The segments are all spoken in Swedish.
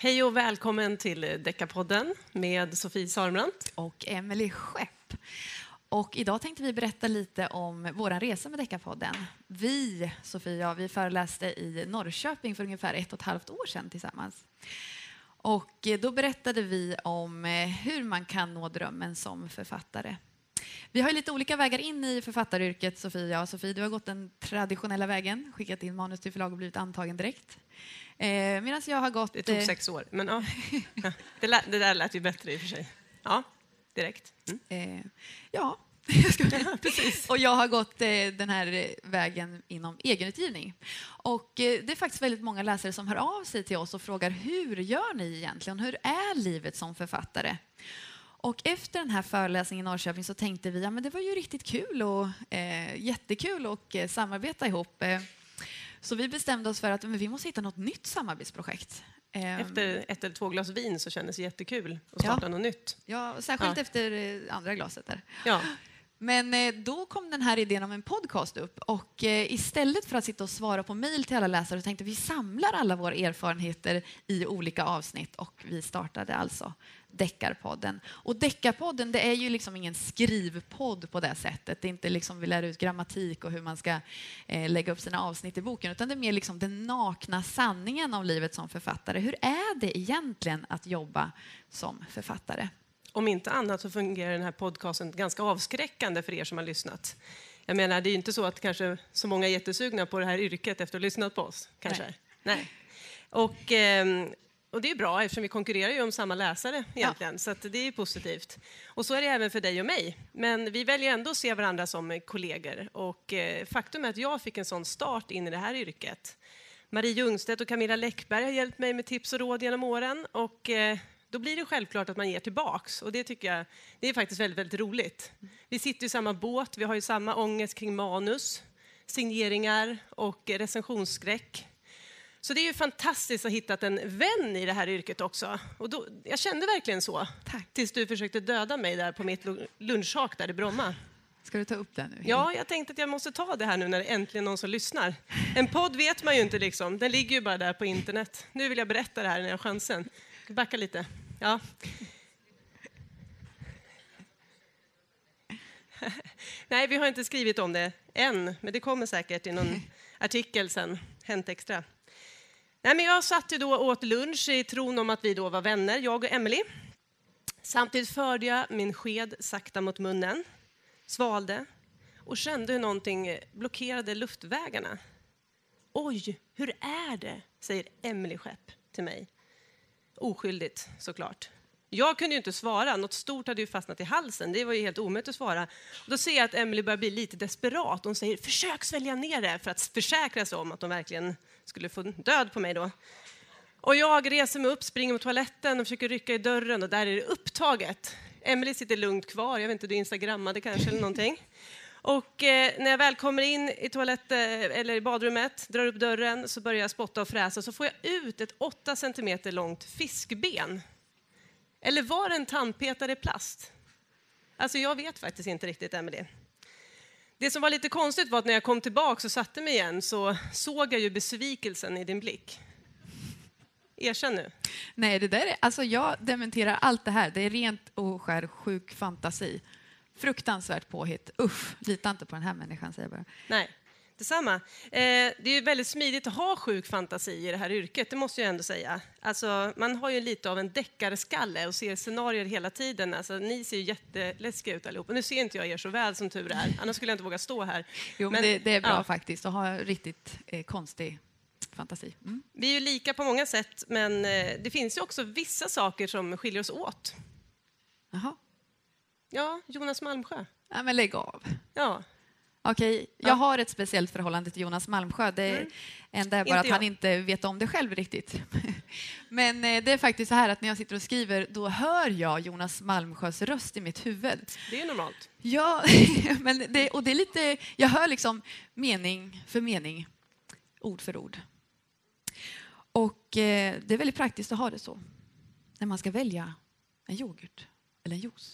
Hej och välkommen till Deckarpodden med Sofie Sarmrant och Emelie Skepp. Och idag tänkte vi berätta lite om vår resa med Deckarpodden. Vi, Sofie och vi föreläste i Norrköping för ungefär 1,5 år sedan tillsammans. Och då berättade vi om hur man kan nå drömmen som författare. Vi har lite olika vägar in i författaryrket, Sofia. Sofie, du har gått den traditionella vägen, skickat in manus till förlag och blivit antagen direkt. Medan jag har gått... Det tog 6 år, men ja. Det där lät ju bättre i och för sig. Ja, direkt. Ja, precis. Och jag har gått den här vägen inom egenutgivning. Och det är faktiskt väldigt många läsare som hör av sig till oss och frågar hur gör ni egentligen? Hur är livet som författare? Och efter den här föreläsningen i Norrköping så tänkte vi att det var ju riktigt kul och jättekul att samarbeta ihop. Så vi bestämde oss för att vi måste hitta något nytt samarbetsprojekt. Efter 1 eller 2 glas vin så kändes det jättekul att starta något nytt. Ja, särskilt efter andra glaset där. Ja. Men då kom den här idén om en podcast upp och istället för att sitta och svara på mejl till alla läsare så tänkte vi samlar alla våra erfarenheter i olika avsnitt och vi startade alltså Deckarpodden. Och Deckarpodden, det är ju liksom ingen skrivpodd på det sättet. Det är inte liksom vi lär ut grammatik och hur man ska lägga upp sina avsnitt i boken, utan det är mer liksom den nakna sanningen om livet som författare. Hur är det egentligen att jobba som författare? Om inte annat så fungerar den här podcasten ganska avskräckande för er som har lyssnat. Jag menar, det är ju inte så att kanske så många är jättesugna på det här yrket efter att ha lyssnat på oss. Kanske. Nej. Och det är bra eftersom vi konkurrerar ju om samma läsare egentligen. Ja. Så att det är positivt. Och så är det även för dig och mig. Men vi väljer ändå att se varandra som kollegor. Och faktum är att jag fick en sån start in i det här yrket. Marie Ljungstedt och Camilla Läckberg har hjälpt mig med tips och råd genom åren. Och då blir det självklart att man ger tillbaks. Och det tycker jag, det är faktiskt väldigt, väldigt roligt. Vi sitter i samma båt, vi har ju samma ångest kring manus, signeringar och recensionsskräck. Så det är ju fantastiskt att ha hittat en vän i det här yrket också. Och då, jag kände verkligen så. Tack. Tills du försökte döda mig där på mitt lunchhak där i Bromma. Ska du ta upp det nu? Ja, jag tänkte att jag måste ta det här nu när det är äntligen någon som lyssnar. En podd vet man ju inte liksom. Den ligger ju bara där på internet. Nu vill jag berätta det här när jag har chansen. Backa lite. Ja. Nej, vi har inte skrivit om det än. Men det kommer säkert i någon artikel sen. Hänt extra. Nej, men jag satt ju då och åt lunch i tron om att vi då var vänner, jag och Emelie. Samtidigt förde jag min sked sakta mot munnen. Svalde. Och kände hur någonting blockerade luftvägarna. Oj, hur är det? Säger Emelie Skepp till mig. Oskyldigt, såklart. Jag kunde ju inte svara. Något stort hade ju fastnat i halsen. Det var ju helt omöjligt att svara. Och då ser jag att Emelie börjar bli lite desperat. Hon säger, försök svälja ner det för att försäkra sig om att de verkligen skulle få död på mig då. Och jag reser mig upp, springer mot toaletten och försöker rycka i dörren. Och där är det upptaget. Emelie sitter lugnt kvar. Jag vet inte, du instagrammade kanske eller någonting. Och när jag väl kommer in i toaletten eller i badrummet, drar upp dörren, så börjar jag spotta och fräsa. Så får jag ut ett 8 centimeter långt fiskben. Eller var det en tandpetare i plast? Alltså jag vet faktiskt inte riktigt, Emelie. Det som var lite konstigt var att när jag kom tillbaka och satte mig igen så såg jag ju besvikelsen i din blick. Erkänn nu. Nej, det där är, alltså jag dementerar allt det här. Det är rent och skär sjuk fantasi. Fruktansvärt påhitt. Usch, lita inte på den här människan, säger jag bara. Nej, detsamma. Det är ju väldigt smidigt att ha sjuk fantasi i det här yrket, det måste jag ändå säga. Alltså, man har ju lite av en deckarskalle och ser scenarier hela tiden. Alltså, ni ser ju jätteläskiga ut allihop. Och nu ser inte jag er så väl som tur är. Annars skulle jag inte våga stå här. Jo, men det är bra faktiskt att ha riktigt konstig fantasi. Mm. Vi är ju lika på många sätt, men det finns ju också vissa saker som skiljer oss åt. Jaha. Ja, Jonas Malmsjö. Ja, men lägg av. Ja. Okej, jag har ett speciellt förhållande till Jonas Malmsjö. Det enda är bara att han inte vet om det själv riktigt. Men det är faktiskt så här att när jag sitter och skriver, då hör jag Jonas Malmsjös röst i mitt huvud. Det är normalt. Ja, men det är lite... Jag hör liksom mening för mening, ord för ord. Och det är väldigt praktiskt att ha det så. När man ska välja en yoghurt eller en juice.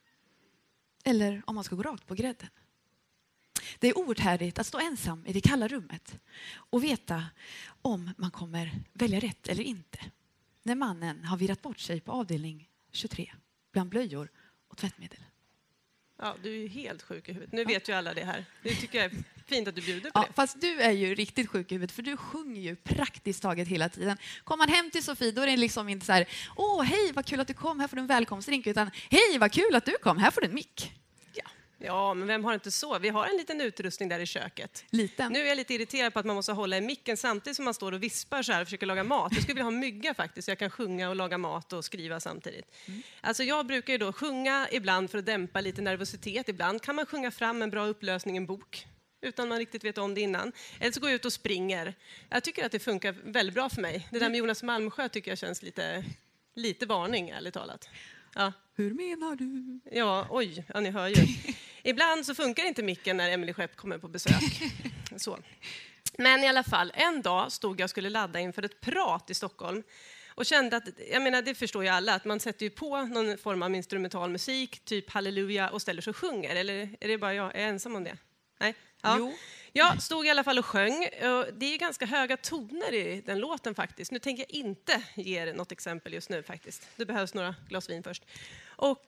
Eller om man ska gå rakt på grädden. Det är outhärdligt att stå ensam i det kalla rummet och veta om man kommer välja rätt eller inte. när mannen har virrat bort sig på avdelning 23 bland blöjor och tvättmedel. Ja, du är ju helt sjuk i huvudet. Nu vet ju alla det här. Det tycker jag är fint att du bjuder på det. Fast du är ju riktigt sjuk i huvudet, för du sjunger ju praktiskt taget hela tiden. Kommer man hem till Sofie, då är det liksom inte så här: åh, hej, vad kul att du kom, här får du en välkomstdrink, utan hej, vad kul att du kom, här får du en mick. Ja, men vem har inte så? Vi har en liten utrustning där i köket. Liten. Nu är jag lite irriterad på att man måste hålla i micken samtidigt som man står och vispar så här och försöker laga mat. Jag skulle vilja ha en mygga faktiskt, så jag kan sjunga och laga mat och skriva samtidigt. Alltså jag brukar ju då sjunga ibland för att dämpa lite nervositet. Ibland kan man sjunga fram en bra upplösning i en bok utan man riktigt vet om det innan. Eller så går jag ut och springer. Jag tycker att det funkar väldigt bra för mig. Det där med Jonas Malmsjö tycker jag känns lite varning, ärligt talat. Ja. Hur menar du? Ja, oj, ja, ni hör ju. Ibland så funkar inte micken när Emelie Skepp kommer på besök. Så. Men i alla fall, en dag stod jag och skulle ladda inför ett prat i Stockholm. Och kände att, jag menar det förstår ju alla, att man sätter ju på någon form av instrumental musik, typ halleluja, och ställer sig och sjunger. Eller är det bara jag är ensam om det? Nej? Ja. Jo. Jag stod i alla fall och sjöng. Det är ganska höga toner i den låten faktiskt. Nu tänker jag inte ge er något exempel just nu faktiskt. Det behövs några glas vin först. Och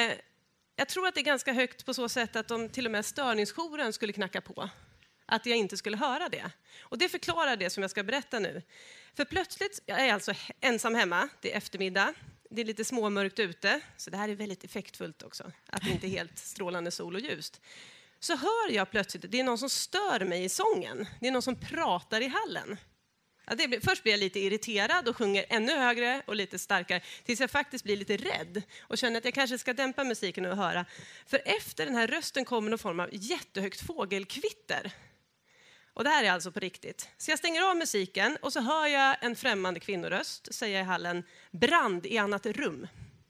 jag tror att det är ganska högt på så sätt att om till och med störningsjouren skulle knacka på. Att jag inte skulle höra det. Och det förklarar det som jag ska berätta nu. För plötsligt, jag är alltså ensam hemma, det är eftermiddag. Det är lite småmörkt ute, så det här är väldigt effektfullt också. Att det inte är helt strålande sol och ljust. Så hör jag plötsligt, det är någon som stör mig i sången. Det är någon som pratar i hallen. Ja, först blir jag lite irriterad och sjunger ännu högre och lite starkare. Tills jag faktiskt blir lite rädd och känner att jag kanske ska dämpa musiken och höra. För efter den här rösten kommer någon form av jättehögt fågelkvitter. Och det här är alltså på riktigt. Så jag stänger av musiken och så hör jag en främmande kvinnoröst säga i hallen: brand i annat rum.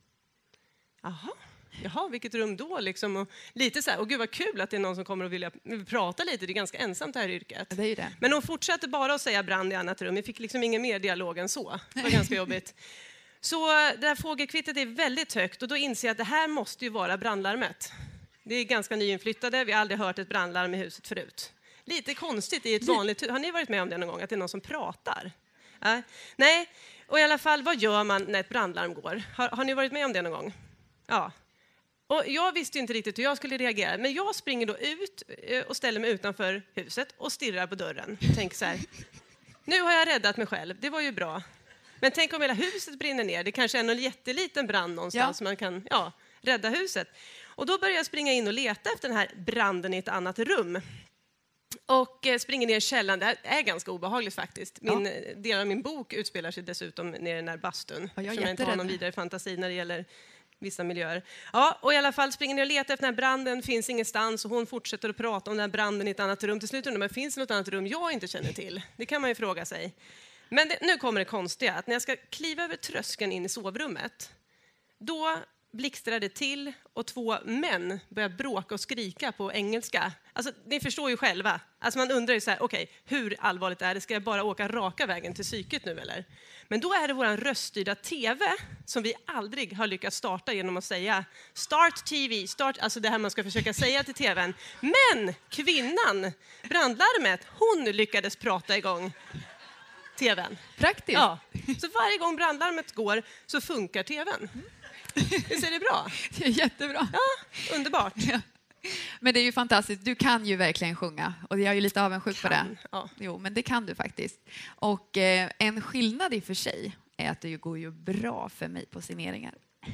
Jaha, vilket rum då liksom? Och lite så här, gud vad kul att det är någon som kommer och vill prata lite. Det är ganska ensamt det här yrket. Det är ju det. Men hon fortsatte bara att säga brand i annat rum. Vi fick liksom ingen mer dialog än så. Det var ganska jobbigt. Så det här fågelkvittet är väldigt högt och då inser jag att det här måste ju vara brandlarmet. Det är ganska nyinflyttade, vi har aldrig hört ett brandlarm i huset förut. Lite konstigt i ett vanligt hus. Har ni varit med om det någon gång, att det är någon som pratar? Nej, och i alla fall, vad gör man när ett brandlarm går? Har ni varit med om det någon gång? Ja. Och jag visste inte riktigt hur jag skulle reagera, men jag springer då ut och ställer mig utanför huset och stirrar på dörren. Tänker så här, nu har jag räddat mig själv, det var ju bra. Men tänk om hela huset brinner ner, det kanske är en jätteliten brand någonstans, man kan rädda huset. Och då börjar jag springa in och leta efter den här branden i ett annat rum. Och springer ner i källaren. Det här är ganska obehagligt faktiskt. Del av min bok utspelar sig dessutom nere i den här bastun. Jag som jag inte har någon vidare fantasi när det gäller vissa miljöer. Ja, och i alla fall springer ner och letar efter den här branden. Finns ingenstans och hon fortsätter att prata om den här branden i ett annat rum. Till slut undrar man, finns det något annat rum jag inte känner till? Det kan man ju fråga sig. Men nu kommer det konstiga. Att när jag ska kliva över tröskeln in i sovrummet, då blixtrar det till och två män börjar bråka och skrika på engelska. Alltså, ni förstår ju själva. Alltså, man undrar ju så här, okej, hur allvarligt är det? Ska jag bara åka raka vägen till psyket nu eller? Men då är det våran röststyrda tv som vi aldrig har lyckats starta genom att säga start tv, start, alltså det här man ska försöka säga till tvn. Men kvinnan, brandlarmet, hon lyckades prata igång tvn. Praktiskt. Ja, så varje gång brandlarmet går så funkar tvn. Visst är det bra? Det är jättebra. Ja, underbart. Ja. Men det är ju fantastiskt. Du kan ju verkligen sjunga. Och jag är ju lite avundsjuk på det. Ja. Jo, men det kan du faktiskt. Och en skillnad i och för sig är att det går ju bra för mig på signeringar.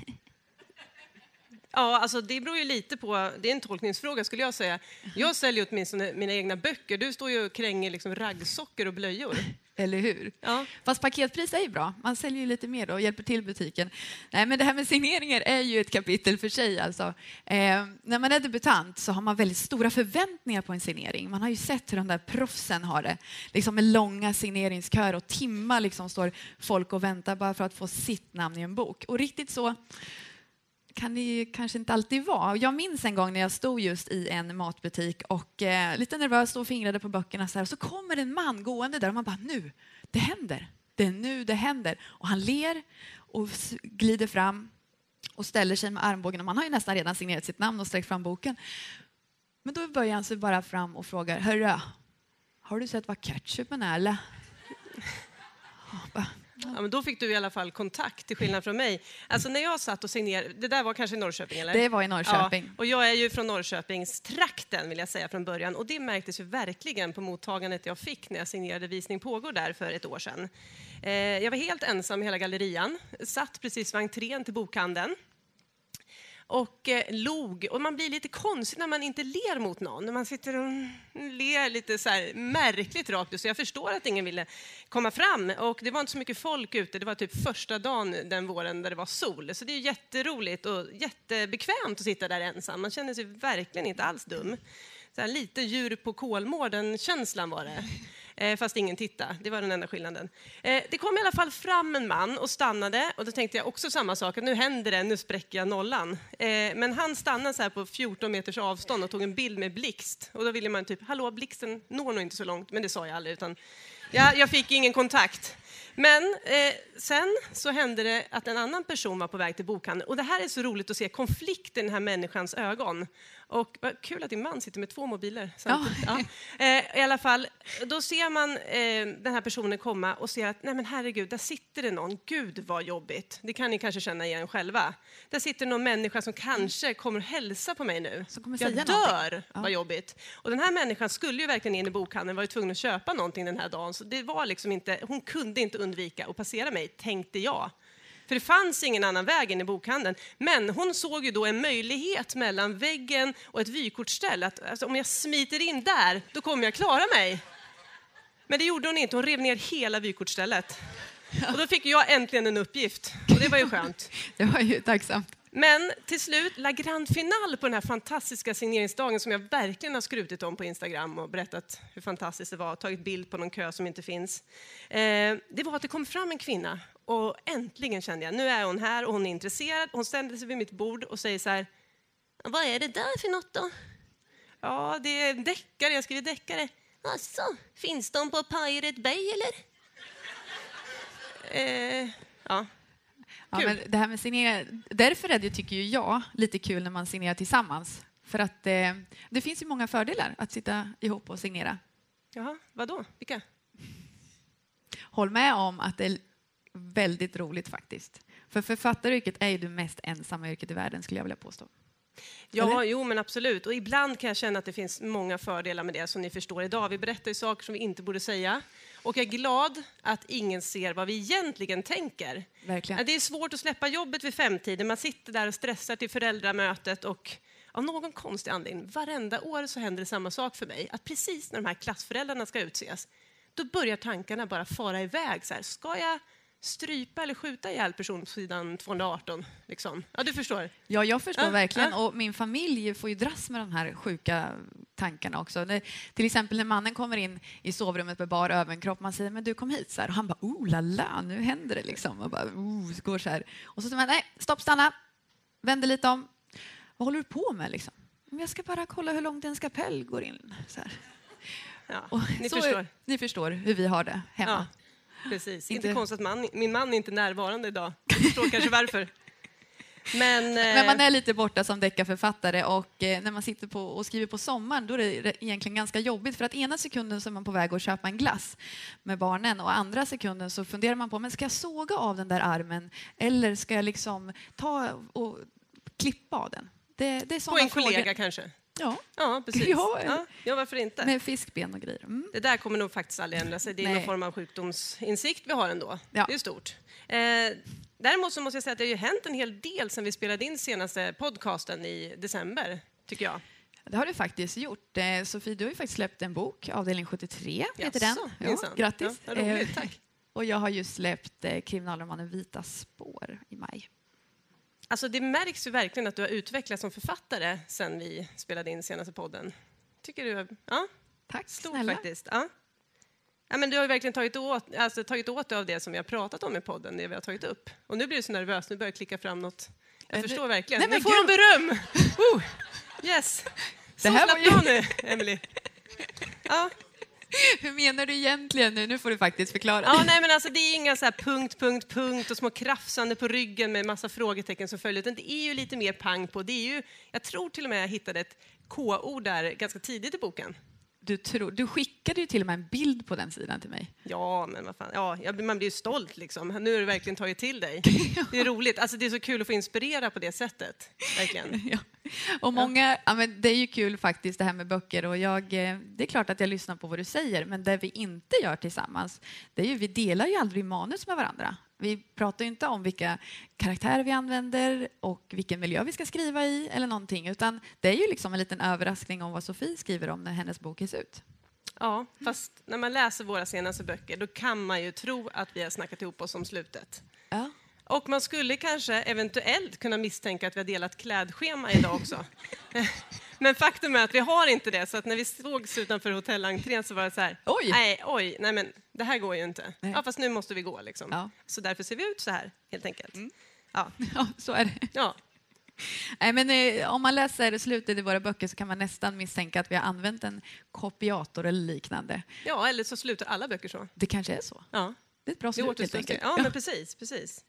Ja, alltså det beror ju lite på, det är en tolkningsfråga skulle jag säga. Jag säljer åtminstone mina egna böcker. Du står ju och kränger liksom raggsockor och blöjor. Eller hur? Ja. Fast paketpris är ju bra. Man säljer ju lite mer då och hjälper till butiken. Nej, men det här med signeringar är ju ett kapitel för sig. Alltså. När man är debutant så har man väldigt stora förväntningar på en signering. Man har ju sett hur de där proffsen har det. Liksom med långa signeringskör och timmar liksom står folk och väntar bara för att få sitt namn i en bok. Och riktigt så kan det kanske inte alltid vara. Jag minns en gång när jag stod just i en matbutik och lite nervös och fingrade på böckerna så här, och så kommer en man gående där och man bara, nu, det händer. Det är nu det händer. Och han ler och glider fram och ställer sig med armbågen och man har ju nästan redan signerat sitt namn och sträckt fram boken. Men då börjar han sig bara fram och frågar, hörru, har du sett vad ketchupen är eller? Ja, men då fick du i alla fall kontakt till skillnad från mig. Alltså när jag satt och signerade, det där var kanske i Norrköping eller? Det var i Norrköping. Ja, och jag är ju från Norrköpingstrakten vill jag säga från början. Och det märktes ju verkligen på mottagandet jag fick när jag signerade Visning pågår där för ett år sedan. Jag var helt ensam i hela gallerian, satt precis vid entrén till bokhandeln. Och log. Och man blir lite konstig när man inte ler mot någon. När man sitter och ler lite så här märkligt rakt ut. Så jag förstår att ingen ville komma fram. Och det var inte så mycket folk ute. Det var typ första dagen den våren där det var sol. Så det är jätteroligt och jättebekvämt att sitta där ensam. Man känner sig verkligen inte alls dum. Så här, lite djur på Kolmården-känslan var det. Fast ingen tittade. Det var den enda skillnaden. Det kom i alla fall fram en man och stannade. Och då tänkte jag också samma sak. Att nu händer det, nu spräcker jag nollan. Men han stannade så här på 14 meters avstånd och tog en bild med blixt. Och då ville man typ, hallå, blixten når nog inte så långt. Men det sa jag aldrig. Utan jag fick ingen kontakt. Men sen så hände det att en annan person var på väg till bokhandeln. Och det här är så roligt att se konflikt i den här människans ögon. Och vad kul att din man sitter med 2 mobiler samtidigt. Ja. I alla fall, då ser man den här personen komma och ser att nej men herregud, där sitter det någon. Gud vad jobbigt. Det kan ni kanske känna igen själva. Där sitter någon människa som kanske kommer hälsa på mig nu. Jag dör, vad jobbigt. Och den här människan skulle ju verkligen in i bokhandeln, var ju tvungen att köpa någonting den här dagen. Så det var liksom inte, hon kunde inte undvika att passera mig, tänkte jag. För det fanns ingen annan väg in i bokhandeln. Men hon såg ju då en möjlighet mellan väggen och ett vykortsställ. Att alltså, om jag smiter in där, då kommer jag klara mig. Men det gjorde hon inte. Hon rev ner hela vykortsstället. Och då fick jag äntligen en uppgift. Och det var ju skönt. Det var ju tacksamt. Men till slut, la grand final på den här fantastiska signeringsdagen som jag verkligen har skrutit om på Instagram och berättat hur fantastiskt det var. Tagit bild på någon kö som inte finns. Det var att det kom fram en kvinna. Och äntligen kände jag, nu är hon här och hon är intresserad. Hon ställde sig vid mitt bord och säger så här, vad är det där för något då? Ja, det är deckare, jag skriver deckare. Alltså, finns de på Pirate Bay eller? Ja. Ja, men det här med signera, därför är det, tycker ju jag, lite kul när man signerar tillsammans. För att det finns ju många fördelar att sitta ihop och signera. Jaha, vadå? Vilka? Håll med om att det är väldigt roligt faktiskt. För författaryrket är ju det mest ensamma yrket i världen, skulle jag vilja påstå. Ja, jo men absolut. Och ibland kan jag känna att det finns många fördelar med det som ni förstår idag. Vi berättar ju saker som vi inte borde säga. Och jag är glad att ingen ser vad vi egentligen tänker. Verkligen. Det är svårt att släppa jobbet vid 5-tiden. Man sitter där och stressar till föräldramötet och av någon konstig anledning, varenda år så händer det samma sak för mig. Att precis när de här klassföräldrarna ska utses, då börjar tankarna bara fara iväg. Så här, ska jag strypa eller skjuta ihjäl person på sidan 218? Liksom. Ja, du förstår. Ja, jag förstår verkligen. Och min familj får ju dras med de här sjuka tankarna också. Till exempel när mannen kommer in i sovrummet med bar överkropp, man säger, men du kom hit så här. Och han bara, lala, nu händer det liksom. Och bara, går så här. Och så säger man, nej, stopp, stanna. Vänder lite om. Vad håller du på med liksom? Jag ska bara kolla hur långt en skapell går in. Så här. Ja, och ni förstår hur vi har det hemma. Ja, precis. Inte konstigt att min man är inte närvarande idag. Jag förstår kanske varför. Men man är lite borta som deckarförfattare och när man sitter på och skriver på sommaren, då är det egentligen ganska jobbigt, för att ena sekunden så är man på väg att köpa en glass med barnen och andra sekunden så funderar man på, men ska jag såga av den där armen eller ska jag liksom ta och klippa av den? Det är såna på en frågor. kollega kanske? Ja, precis. Ja, varför inte? Med fiskben och grejer. Mm. Det där kommer nog faktiskt aldrig ändra sig. Det är någon form av sjukdomsinsikt vi har ändå. Ja. Det är stort. Däremot så måste jag säga att det har ju hänt en hel del sen vi spelade in senaste podcasten i december, tycker jag. Det har du faktiskt gjort. Sofie, du har ju faktiskt släppt en bok, avdelning 73 heter den. Ja, grattis. Ja, roligt, tack. Och jag har ju släppt kriminalromanen Vita spår i maj. Alltså det märks ju verkligen att du har utvecklats som författare sen vi spelade in senaste podden. Tycker du? Ja. Tack stort snälla. Faktiskt. Ja. Ja, men du har ju verkligen tagit åt dig av det som vi har pratat om i podden, det vi har tagit upp. Och nu blir du så nervös, nu börjar jag klicka fram något. Jag förstår verkligen. Nej, men får de beröm! Yes! Så det här var ju... bra nu, Emily. Ja. Hur menar du egentligen nu? Nu får du faktiskt förklara. Ja, nej, men alltså, det är inga så här punkt och små krafsande på ryggen med massa frågetecken som följer. Utan det är ju lite mer pang på. Det är ju, jag tror till och med jag hittade ett K-ord där ganska tidigt i boken. Du skickade ju till och med en bild på den sidan till mig. Ja, men vad fan. Ja, man blir ju stolt liksom. Nu har du verkligen tagit till dig. Det är roligt. Alltså, det är så kul att få inspirera på det sättet. Verkligen. Ja. Och många, ja, men det är ju kul faktiskt det här med böcker. Och det är klart att jag lyssnar på vad du säger. Men det vi inte gör tillsammans, det är ju, vi delar ju aldrig manus med varandra. Vi pratar ju inte om vilka karaktärer vi använder och vilken miljö vi ska skriva i eller någonting. Utan det är ju liksom en liten överraskning om vad Sofie skriver om när hennes bok ges ut. Ja, fast när man läser våra senaste böcker då kan man ju tro att vi har snackat ihop oss om slutet. Ja. Och man skulle kanske eventuellt kunna misstänka att vi har delat klädschema idag också. Men faktum är att vi har inte det. Så att när vi sågs utanför hotellentrén så var det så här. Nej men det här går ju inte. Nej. Ja, fast nu måste vi gå liksom. Ja. Så därför ser vi ut så här helt enkelt. Ja. Ja, så är det. Ja. Nej, men om man läser slutet i våra böcker så kan man nästan misstänka att vi har använt en kopiator eller liknande. Ja, eller så slutar alla böcker så. Det kanske är så. Ja. Det är ett bra slut helt enkelt. Ja, men precis.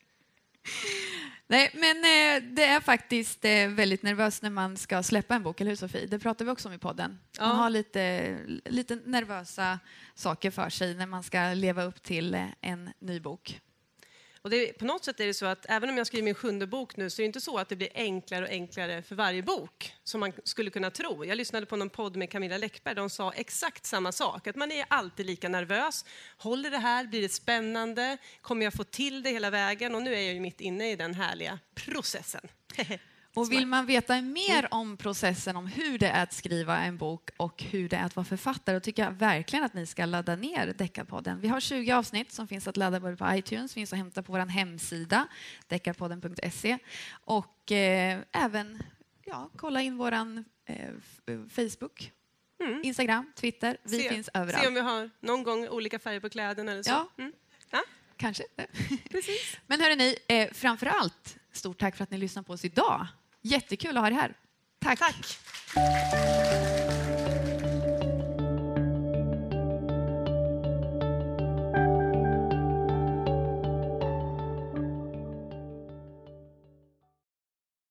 Nej, men det är faktiskt väldigt nervöst när man ska släppa en bok, eller hur Sofie? Det pratar vi också om i podden. Man har lite nervösa saker för sig när man ska leva upp till en ny bok. Och på något sätt är det så att även om jag skriver min 7:e bok nu så är det inte så att det blir enklare och enklare för varje bok som man skulle kunna tro. Jag lyssnade på någon podd med Camilla Läckberg. De sa exakt samma sak. Att man är alltid lika nervös. Håller det här? Blir det spännande? Kommer jag få till det hela vägen? Och nu är jag ju mitt inne i den härliga processen. Och vill man veta mer om processen, om hur det är att skriva en bok och hur det är att vara författare, då tycker jag verkligen att ni ska ladda ner Deckarpodden. Vi har 20 avsnitt som finns att ladda både på iTunes, finns att hämta på vår hemsida, deckarpodden.se. Och även kolla in våran Facebook, Instagram, Twitter. Vi finns överallt. Se om vi har någon gång olika färger på kläderna eller så. Ja. Ja. Kanske. Precis. Men hörrni, framför allt, stort tack för att ni lyssnar på oss idag. Jättekul att ha er här. Tack. Tack.